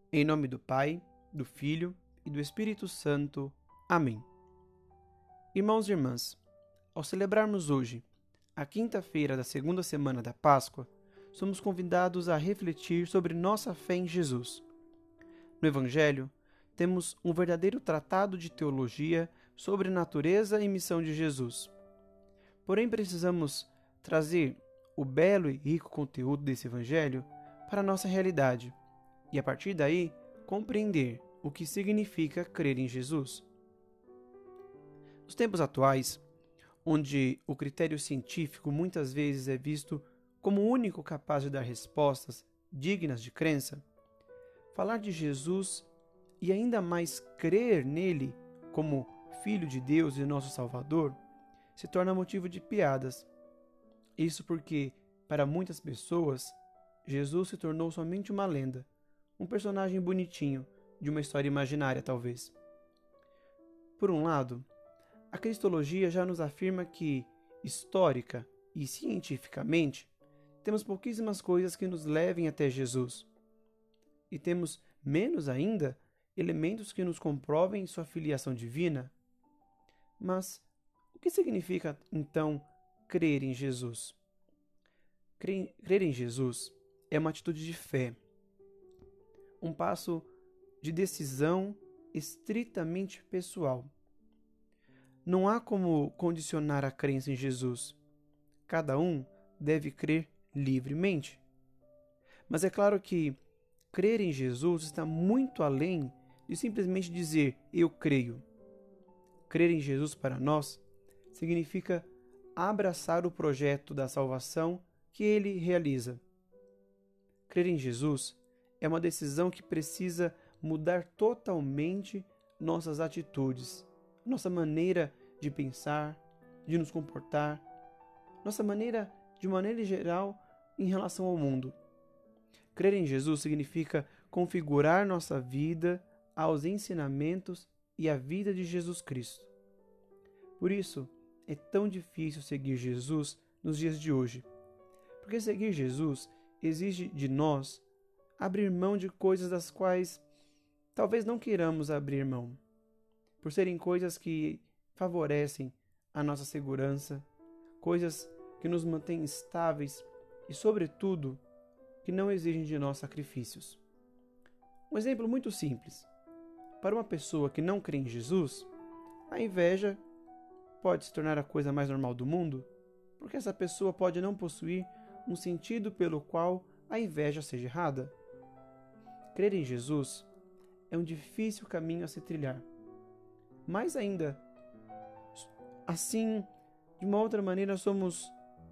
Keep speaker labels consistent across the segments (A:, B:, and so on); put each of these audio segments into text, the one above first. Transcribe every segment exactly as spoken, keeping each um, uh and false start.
A: Em nome do Pai, do Filho e do Espírito Santo. Amém. Irmãos e irmãs, ao celebrarmos hoje a quinta-feira da segunda semana da Páscoa, somos convidados a refletir sobre nossa fé em Jesus. No Evangelho, temos um verdadeiro tratado de teologia sobre a natureza e missão de Jesus. Porém, precisamos trazer o belo e rico conteúdo desse Evangelho para a nossa realidade e, a partir daí, compreender o que significa crer em Jesus. Nos tempos atuais, onde o critério científico muitas vezes é visto como o único capaz de dar respostas dignas de crença, falar de Jesus e ainda mais crer nele como Filho de Deus e nosso Salvador se torna motivo de piadas. Isso porque, para muitas pessoas, Jesus se tornou somente uma lenda, um personagem bonitinho de uma história imaginária, talvez. Por um lado, a cristologia já nos afirma que, histórica e cientificamente, temos pouquíssimas coisas que nos levem até Jesus. E temos, menos ainda, elementos que nos comprovem sua filiação divina. Mas o que significa, então, crer em Jesus? Crer, crer em Jesus é uma atitude de fé, um passo de decisão estritamente pessoal. Não há como condicionar a crença em Jesus. Cada um deve crer livremente. Mas é claro que crer em Jesus está muito além de simplesmente dizer eu creio. Crer em Jesus para nós significa abraçar o projeto da salvação que ele realiza. Crer em Jesus é uma decisão que precisa mudar totalmente nossas atitudes, nossa maneira de pensar, de nos comportar, nossa maneira, de maneira geral, em relação ao mundo. Crer em Jesus significa configurar nossa vida aos ensinamentos e à vida de Jesus Cristo. Por isso, é tão difícil seguir Jesus nos dias de hoje, porque seguir Jesus exige de nós abrir mão de coisas das quais talvez não queiramos abrir mão, por serem coisas que favorecem a nossa segurança, coisas que nos mantêm estáveis e, sobretudo, que não exigem de nós sacrifícios. Um exemplo muito simples. Para uma pessoa que não crê em Jesus, a inveja pode se tornar a coisa mais normal do mundo, porque essa pessoa pode não possuir um sentido pelo qual a inveja seja errada. Crer em Jesus é um difícil caminho a se trilhar. Mais ainda, assim, de uma outra maneira, somos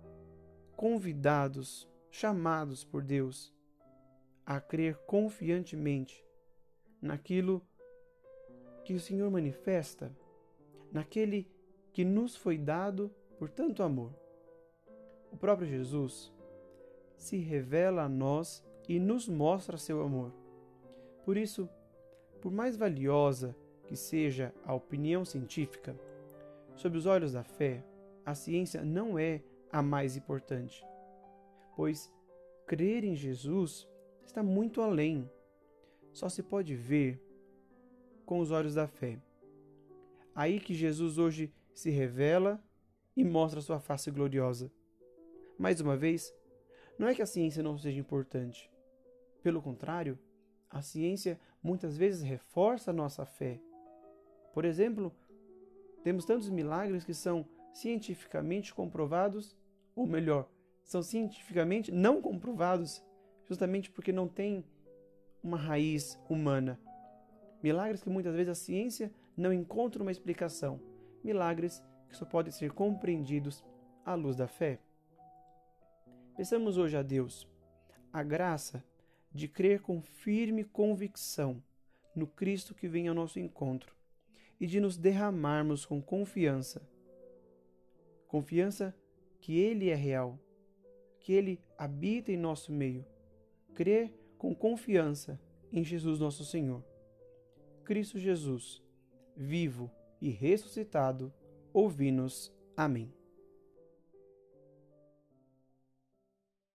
A: convidados, chamados por Deus a crer confiantemente naquilo que o Senhor manifesta, naquele que nos foi dado por tanto amor. O próprio Jesus se revela a nós e nos mostra seu amor. Por isso, por mais valiosa que seja a opinião científica, sob os olhos da fé, a ciência não é a mais importante, pois crer em Jesus está muito além. Só se pode ver com os olhos da fé. Aí que Jesus hoje se revela e mostra sua face gloriosa. Mais uma vez, não é que a ciência não seja importante. Pelo contrário, a ciência muitas vezes reforça a nossa fé. Por exemplo, temos tantos milagres que são cientificamente comprovados, ou melhor, são cientificamente não comprovados, justamente porque não têm uma raiz humana. Milagres que muitas vezes a ciência não encontra uma explicação. Milagres que só podem ser compreendidos à luz da fé. Peçamos hoje a Deus a graça de crer com firme convicção no Cristo que vem ao nosso encontro e de nos derramarmos com confiança. Confiança que Ele é real, que Ele habita em nosso meio. Crer com confiança em Jesus nosso Senhor. Cristo Jesus, vivo e ressuscitado, ouvi-nos. Amém.